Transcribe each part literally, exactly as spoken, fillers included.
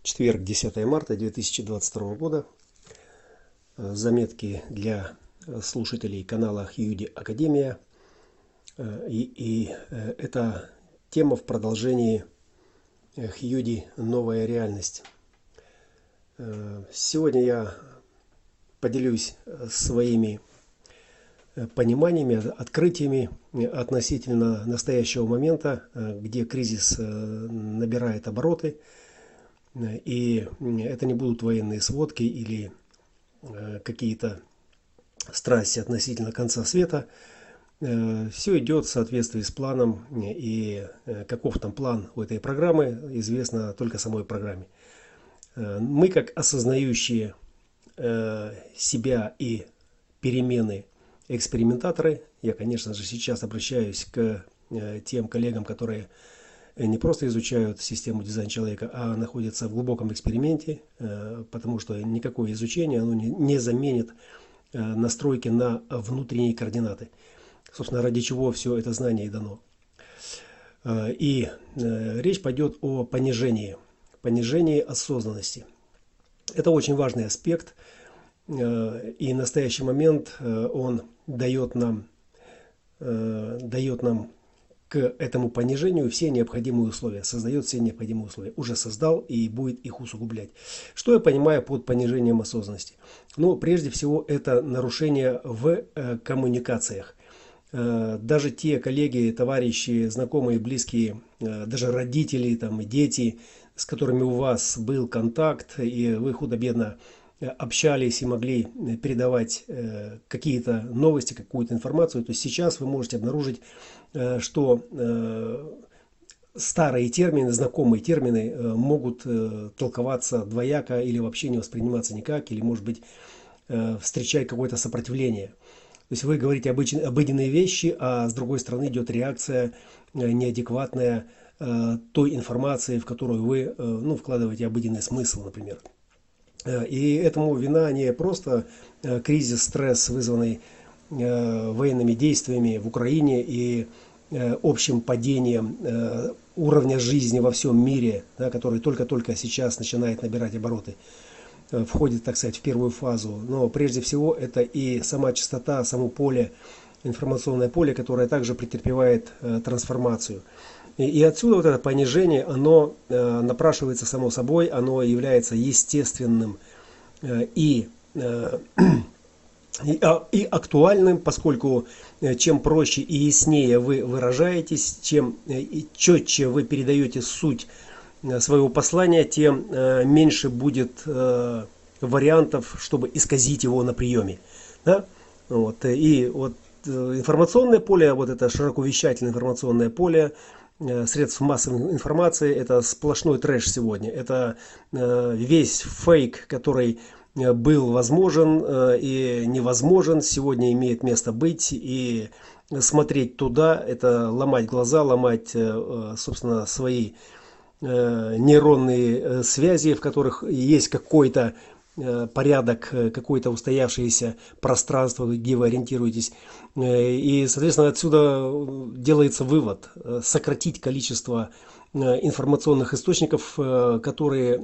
Четверг, десятое марта две тысячи двадцать второго года. Заметки для слушателей канала Хьюди Академия. И, и это тема в продолжении Хьюди «Новая реальность». Сегодня я поделюсь своими пониманиями, открытиями относительно настоящего момента, где кризис набирает обороты. И это не будут военные сводки или какие-то страсти относительно конца света. Все идет в соответствии с планом, и каков там план у этой программы, известно только самой программе. Мы, как осознающие себя и перемены экспериментаторы, я, конечно же, сейчас обращаюсь к тем коллегам, которые не просто изучают систему дизайна человека, а находятся в глубоком эксперименте, потому что никакое изучение оно не заменит настройки на внутренние координаты. Собственно, ради чего все это знание и дано. И речь пойдет о понижении, понижении осознанности. Это очень важный аспект, и настоящий момент он дает нам, дает нам к этому понижению все необходимые условия, создает все необходимые условия, уже создал и будет их усугублять. Что я понимаю под понижением осознанности? Ну, прежде всего, это нарушение в э, коммуникациях. Э, даже те коллеги, товарищи, знакомые, близкие, э, даже родители там, и дети, с которыми у вас был контакт, и вы худо-бедно общались и могли передавать э, какие-то новости, какую-то информацию, то сейчас вы можете обнаружить, э, что э, старые термины, знакомые термины э, могут э, толковаться двояко или вообще не восприниматься никак, или, может быть, э, встречать какое-то сопротивление. То есть вы говорите обычные, обыденные вещи, а с другой стороны идет реакция э, неадекватная э, той информации, в которую вы э, ну, вкладываете обыденный смысл, например. И этому вина не просто кризис, стресс, вызванный военными действиями в Украине и общим падением уровня жизни во всем мире, да, который только-только сейчас начинает набирать обороты, входит, так сказать, в первую фазу. Но прежде всего это и сама частота, само поле, информационное поле, которое также претерпевает трансформацию. И отсюда вот это понижение, оно э, напрашивается само собой, оно является естественным э, и, э, и, и актуальным, поскольку э, чем проще и яснее вы выражаетесь, чем э, четче вы передаете суть э, своего послания, тем э, меньше будет э, вариантов, чтобы исказить его на приеме. Да? Вот, и вот э, информационное поле, вот это широковещательное информационное поле, средств массовой информации, это сплошной трэш сегодня. Это э, весь фейк, который был возможен э, и невозможен, сегодня имеет место быть. И смотреть туда, это ломать глаза, ломать, э, собственно, свои э, нейронные связи, в которых есть какой-то порядок, какое-то устоявшееся пространство, где вы ориентируетесь. И, соответственно, отсюда делается вывод: сократить количество информационных источников, которые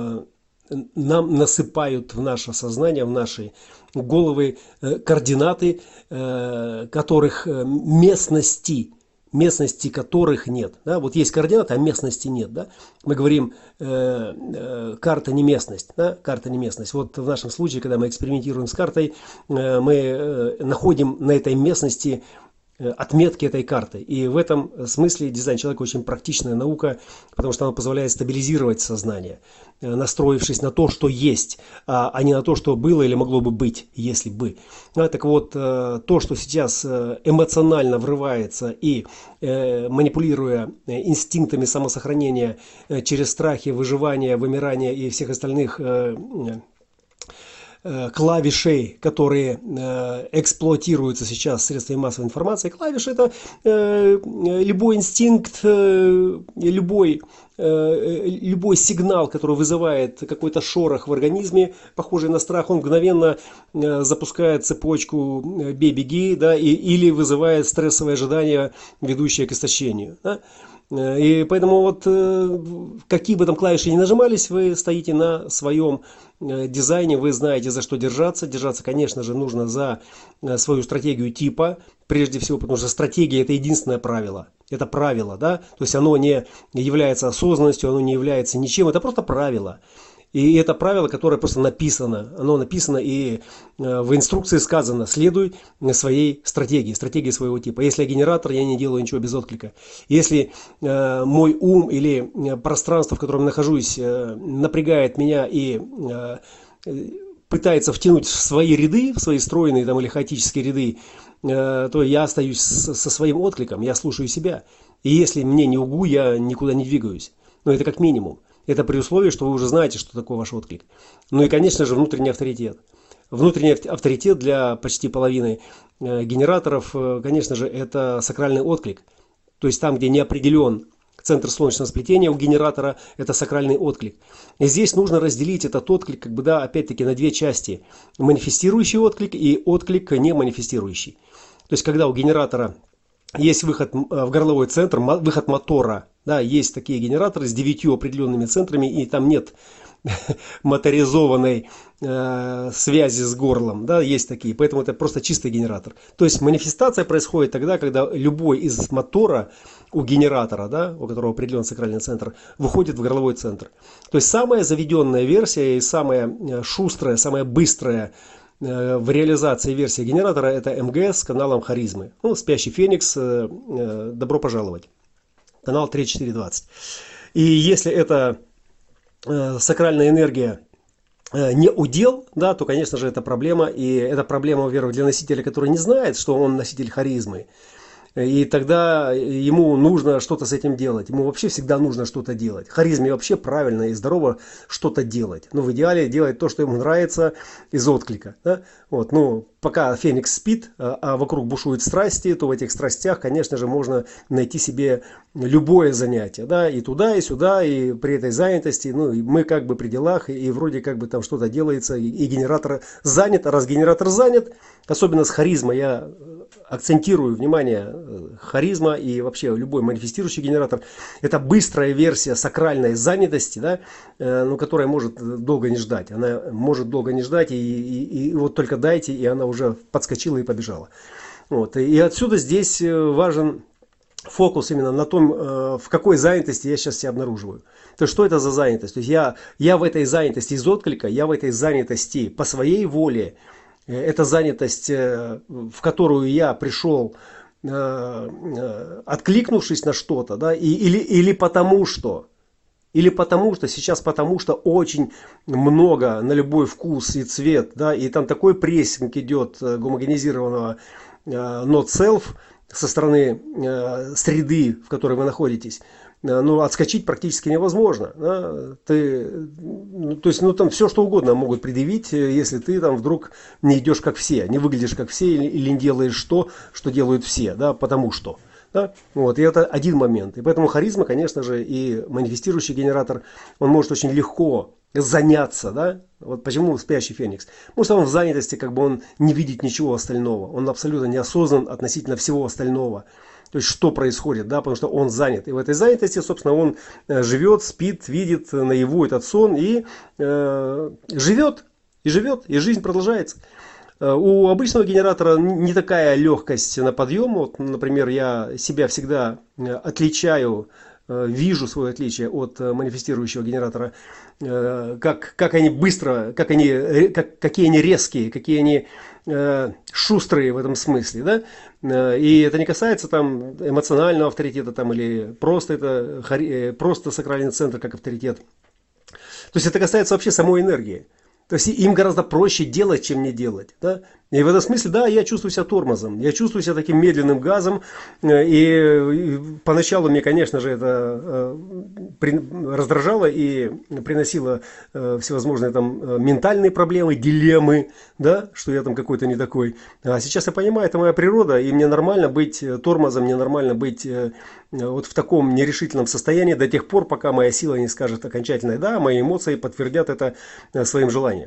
нам насыпают в наше сознание, в наши головы координаты, которых местности, местности которых нет. Да? Вот есть координаты, а местности нет. Да? Мы говорим, э, э, карта не местность. Да? Карта не местность. Вот в нашем случае, когда мы экспериментируем с картой, э, мы э, находим на этой местности отметки этой карты. И в этом смысле дизайн человека очень практичная наука, потому что она позволяет стабилизировать сознание, настроившись на то, что есть, а не на то, что было или могло бы быть, если бы. А, так вот, то, что сейчас эмоционально врывается и манипулируя инстинктами самосохранения через страхи, выживания, вымирания и всех остальных клавишей, которые э, эксплуатируются сейчас средствами массовой информации. Клавиши — это э, любой инстинкт, э, любой, э, любой сигнал, который вызывает какой-то шорох в организме, похожий на страх, он мгновенно э, запускает цепочку «бей-беги», да, и, или вызывает стрессовое ожидание, ведущее к истощению. Да. И поэтому вот какие бы там клавиши ни нажимались, вы стоите на своем дизайне, вы знаете, за что держаться. Держаться, конечно же, нужно за свою стратегию типа, прежде всего, потому что стратегия – это единственное правило. Это правило, да, то есть оно не является осознанностью, оно не является ничем, это просто правило. И это правило, которое просто написано, оно написано и в инструкции сказано: следуй своей стратегии, стратегии своего типа. Если я генератор, я не делаю ничего без отклика. Если э, мой ум или пространство, в котором я нахожусь, э, напрягает меня и э, пытается втянуть в свои ряды, в свои стройные там, или хаотические ряды, э, то я остаюсь с, со своим откликом, я слушаю себя. И если мне не угу, я никуда не двигаюсь. Но это как минимум. Это при условии, что вы уже знаете, что такое ваш отклик. Ну и, конечно же, внутренний авторитет. Внутренний авторитет для почти половины генераторов, конечно же, это сакральный отклик. То есть там, где не определен центр солнечного сплетения у генератора, это сакральный отклик. И здесь нужно разделить этот отклик, как бы, да, опять-таки, на две части. Манифестирующий отклик и отклик не манифестирующий. То есть когда у генератора есть выход в горловой центр, выход мотора. Да, есть такие генераторы с девятью определенными центрами, и там нет моторизованной э, связи с горлом. Да, есть такие, поэтому это просто чистый генератор. То есть манифестация происходит тогда, когда любой из мотора у генератора, да, у которого определен сакральный центр, выходит в горловой центр. То есть самая заведенная версия и самая шустрая, самая быстрая в реализации версии генератора — это эм гэ эс с каналом харизмы. Ну, спящий феникс, добро пожаловать. Канал тридцать четыре двадцать. И если это сакральная энергия не удел, да, то, конечно же, это проблема. И это проблема, во-первых, для носителя, который не знает, что он носитель харизмы. И тогда ему нужно что-то с этим делать. Ему вообще всегда нужно что-то делать. Харизме вообще правильно и здорово что-то делать. Но в идеале делать то, что ему нравится, из отклика. Да? Вот, ну, пока Феникс спит, а вокруг бушуют страсти, то в этих страстях, конечно же, можно найти себе любое занятие. Да? И туда, и сюда, и при этой занятости. Ну, и мы как бы при делах, и вроде как бы там что-то делается, и, и генератор занят. А раз генератор занят, особенно с харизмой, я акцентирую внимание, харизма и вообще любой манифестирующий генератор — это быстрая версия сакральной занятости, да, э, ну, которая может долго не ждать. Она может долго не ждать, и, и, и вот только дайте, и она уже подскочила и побежала. Вот. И отсюда здесь важен фокус именно на том, э, в какой занятости я сейчас себя обнаруживаю. То есть что это за занятость? То есть я, я в этой занятости из отклика, я в этой занятости по своей воле. Это занятость, в которую я пришел, откликнувшись на что-то, да, и, или, или потому что. Или потому что, сейчас потому что очень много на любой вкус и цвет, да, и там такой прессинг идет гомогенизированного not self со стороны среды, в которой вы находитесь. Ну, отскочить практически невозможно. Да? Ты, ну, то есть, ну, там все что угодно могут предъявить, если ты там вдруг не идешь как все, не выглядишь как все, или, или не делаешь то, что делают все, да, потому что. Да? Вот, и это один момент. И поэтому харизма, конечно же, и манифестирующий генератор, он может очень легко заняться. Да? Вот почему спящий феникс? Потому что он в занятости, как бы он не видит ничего остального. Он абсолютно неосознан относительно всего остального. То есть, что происходит, да, потому что он занят. И в этой занятости, собственно, он живет, спит, видит наяву этот сон и э, живет, и живет, и жизнь продолжается. У обычного генератора не такая легкость на подъем. Вот, например, я себя всегда отличаю, вижу свое отличие от манифестирующего генератора, как, как они быстро, как они, как, какие они резкие, какие они э, шустрые в этом смысле. Да? И это не касается там эмоционального авторитета там, или просто, это, просто сакральный центр как авторитет. То есть это касается вообще самой энергии. То есть им гораздо проще делать, чем не делать. Да? И в этом смысле, да, я чувствую себя тормозом. Я чувствую себя таким медленным газом. И, и поначалу мне, конечно же, это э, при, раздражало и приносило э, всевозможные там ментальные проблемы, дилеммы, да, что я там какой-то не такой. А сейчас я понимаю, это моя природа, и мне нормально быть тормозом, мне нормально быть э, вот в таком нерешительном состоянии до тех пор, пока моя сила не скажет окончательно «да», мои эмоции подтвердят это своим желанием.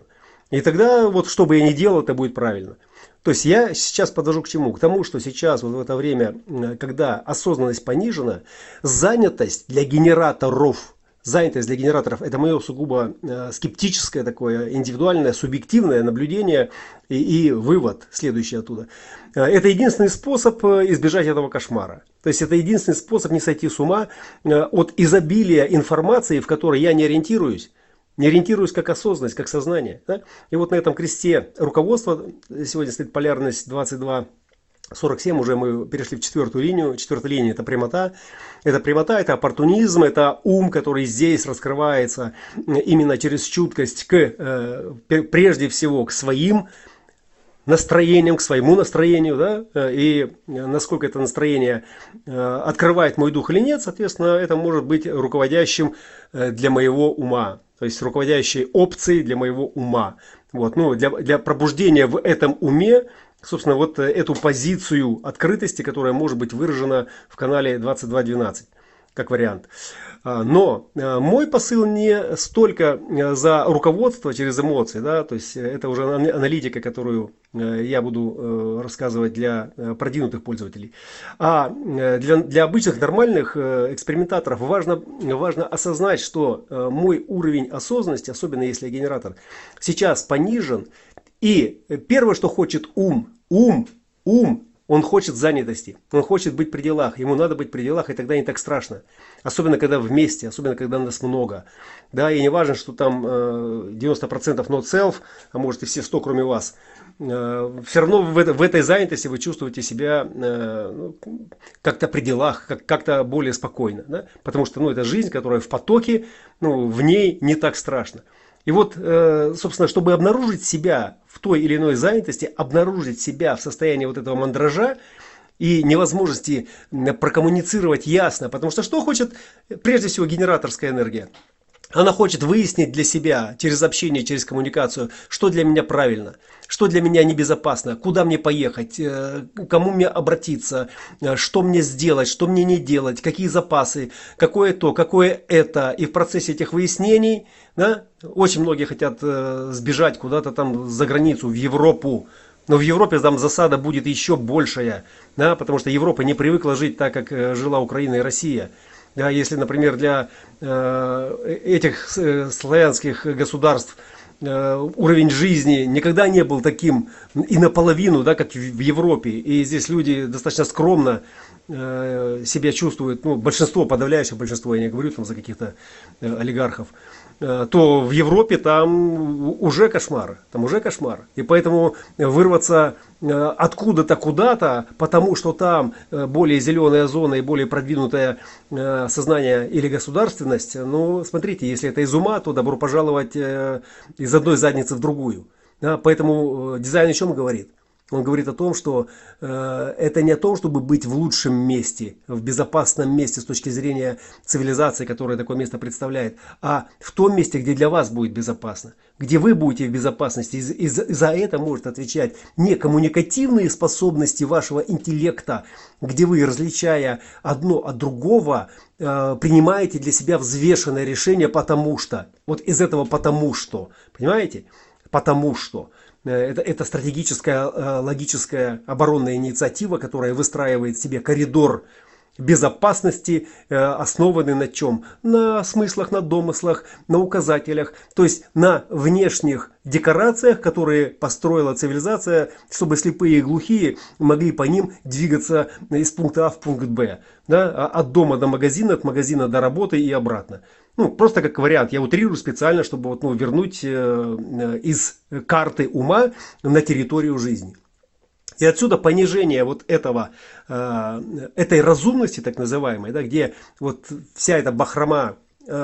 И тогда вот что бы я ни делал, это будет правильно. То есть я сейчас подвожу к чему? К тому, что сейчас вот в это время, когда осознанность понижена, занятость для генераторов, занятость для генераторов, это мое сугубо скептическое такое, индивидуальное, субъективное наблюдение и, и вывод следующий оттуда. Это единственный способ избежать этого кошмара. То есть это единственный способ не сойти с ума от изобилия информации, в которой я не ориентируюсь. Не ориентируюсь как осознанность, как сознание. Да? И вот на этом кресте руководства, сегодня стоит полярность двадцать два сорок семь, уже мы перешли в четвертую линию. Четвертая линия — это прямота. Это прямота, это оппортунизм, это ум, который здесь раскрывается именно через чуткость к, прежде всего, к своим настроением, к своему настроению, да, и насколько это настроение открывает мой дух или нет, соответственно, это может быть руководящим для моего ума, то есть руководящей опцией для моего ума. Вот, ну, для, для пробуждения в этом уме, собственно, вот эту позицию открытости, которая может быть выражена в канале двадцать два двенадцать, как вариант. Но мой посыл не столько за руководство через эмоции, да, то есть это уже аналитика, которую я буду рассказывать для продвинутых пользователей. А для, для обычных нормальных экспериментаторов важно, важно осознать, что мой уровень осознанности, особенно если я генератор, сейчас понижен. И первое, что хочет ум, ум, ум, он хочет занятости, он хочет быть при делах, ему надо быть при делах, и тогда не так страшно. Особенно, когда вместе, особенно, когда нас много. Да, и не важно, что там девяносто процентов not self, а может и все сто, кроме вас. Все равно в, это, в этой занятости вы чувствуете себя ну, как-то при делах, как, как-то более спокойно. Да? Потому что ну, это жизнь, которая в потоке, ну, в ней не так страшно. И вот, собственно, чтобы обнаружить себя в той или иной занятости, обнаружить себя в состоянии вот этого мандража и невозможности прокоммуницировать ясно. Потому что что хочет, прежде всего, генераторская энергия? Она хочет выяснить для себя через общение, через коммуникацию, что для меня правильно, что для меня небезопасно, куда мне поехать, к кому мне обратиться, что мне сделать, что мне не делать, какие запасы, какое то, какое это. И в процессе этих выяснений, да, очень многие хотят сбежать куда-то там за границу, в Европу. Но в Европе там засада будет еще большая, да, потому что Европа не привыкла жить так, как жила Украина и Россия. Да, если, например, для э, этих э, славянских государств э, уровень жизни никогда не был таким и наполовину, да, как в, в Европе, и здесь люди достаточно скромно э, себя чувствуют, ну, большинство, подавляющее большинство, я не говорю там за каких-то э, олигархов, э, то в Европе там уже кошмар, там уже кошмар. И поэтому вырваться откуда-то куда-то, потому что там более зеленая зона и более продвинутое сознание или государственность, ну, смотрите, если это из ума, то добро пожаловать из одной задницы в другую. Да, поэтому дизайн о чем говорит? Он говорит о том, что э, это не о том, чтобы быть в лучшем месте, в безопасном месте с точки зрения цивилизации, которая такое место представляет, а в том месте, где для вас будет безопасно, где вы будете в безопасности. И, и, и за это может отвечать не коммуникативные способности вашего интеллекта, где вы, различая одно от другого, э, принимаете для себя взвешенное решение, потому что. Вот из этого потому что. Понимаете? Потому что. Это, это стратегическая, логическая оборонная инициатива, которая выстраивает себе коридор безопасности, основанный на чем? На смыслах, на домыслах, на указателях, то есть на внешних декорациях, которые построила цивилизация, чтобы слепые и глухие могли по ним двигаться из пункта А в пункт Б, да, от дома до магазина, от магазина до работы и обратно. Ну, просто как вариант, я утрирую специально, чтобы вот, ну, вернуть э, из карты ума на территорию жизни. И отсюда понижение вот этого, э, этой разумности, так называемой, да, где вот вся эта бахрома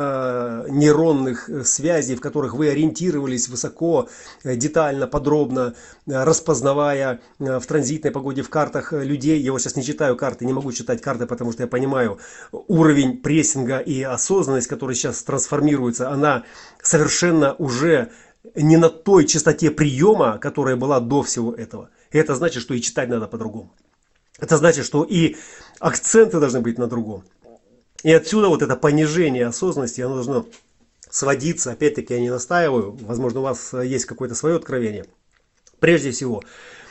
э, нейронных связей, в которых вы ориентировались высоко, детально, подробно, распознавая в транзитной погоде в картах людей. Я вот сейчас не читаю карты, не могу читать карты, потому что я понимаю уровень прессинга и осознанность, который сейчас трансформируется, она совершенно уже не на той частоте приема, которая была до всего этого. И это значит, что и читать надо по-другому. Это значит, что и акценты должны быть на другом. И отсюда вот это понижение осознанности, оно должно сводиться, опять-таки я не настаиваю, возможно у вас есть какое-то свое откровение, прежде всего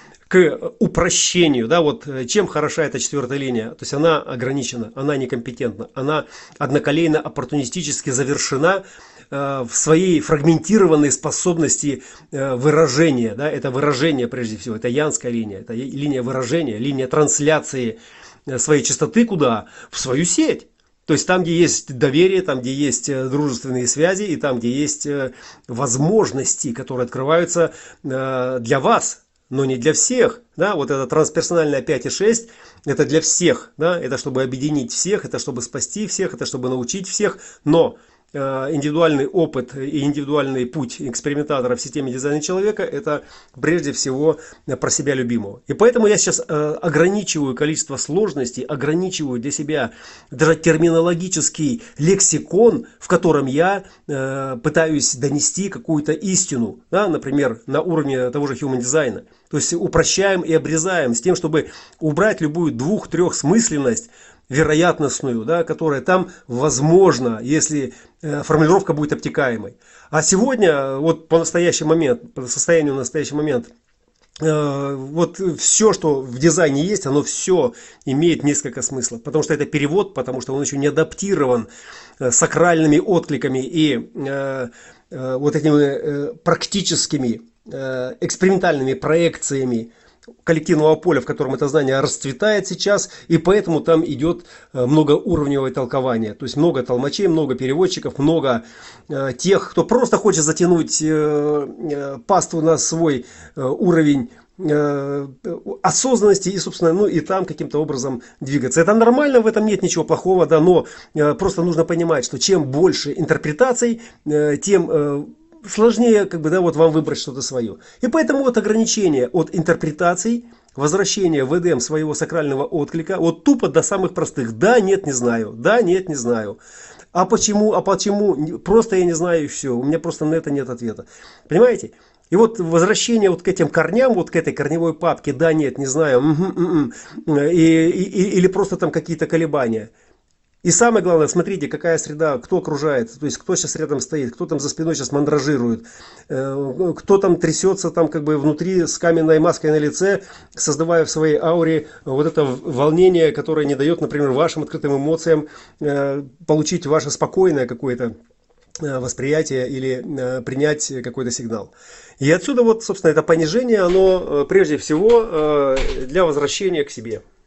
к упрощению, да, вот чем хороша эта четвертая линия, то есть она ограничена, она некомпетентна, она одноколейно оппортунистически завершена э, в своей фрагментированной способности э, выражения, да, это выражение прежде всего, это янская линия, это линия выражения, линия трансляции своей частоты куда? В свою сеть. То есть там, где есть доверие, там, где есть дружественные связи, и там, где есть возможности, которые открываются для вас, но не для всех. Да? Вот это трансперсональное пять и шесть, это для всех. Да? Это чтобы объединить всех, это чтобы спасти всех, это чтобы научить всех. Но индивидуальный опыт и индивидуальный путь экспериментатора в системе дизайна человека — это прежде всего про себя любимого. И поэтому я сейчас ограничиваю количество сложностей, ограничиваю для себя даже терминологический лексикон, в котором я пытаюсь донести какую-то истину, да, например, на уровне того же human дизайна. То есть упрощаем и обрезаем с тем, чтобы убрать любую двух-трехсмысленность вероятностную, да, которая там возможна, если э, формулировка будет обтекаемой. А сегодня, вот по настоящий момент, по состоянию на настоящий момент, э, вот все, что в дизайне есть, оно все имеет несколько смыслов. Потому что это перевод, потому что он еще не адаптирован э, сакральными откликами и э, э, вот этими э, практическими э, экспериментальными проекциями коллективного поля, в котором это знание расцветает сейчас, и поэтому там идет многоуровневое толкование. То есть много толмачей, много переводчиков, много э, тех, кто просто хочет затянуть э, э, паству на свой э, уровень э, осознанности и, собственно, ну и там каким-то образом двигаться. Это нормально, в этом нет ничего плохого, да, но э, просто нужно понимать, что чем больше интерпретаций, э, тем э, сложнее, как бы, да, вот вам выбрать что-то свое. И поэтому вот ограничение от интерпретаций, возвращение в Эдем своего сакрального отклика, вот тупо до самых простых. Да, нет, не знаю. Да, нет, не знаю. А почему? А почему? Просто я не знаю, и все. У меня просто на это нет ответа. Понимаете? И вот возвращение вот к этим корням, вот к этой корневой папке, да, нет, не знаю, и, и, или просто там какие-то колебания. И самое главное, смотрите, какая среда, кто окружает, то есть кто сейчас рядом стоит, кто там за спиной сейчас мандражирует, кто там трясется там как бы внутри с каменной маской на лице, создавая в своей ауре вот это волнение, которое не дает, например, вашим открытым эмоциям получить ваше спокойное какое-то восприятие или принять какой-то сигнал. И отсюда вот, собственно, это понижение, оно прежде всего для возвращения к себе.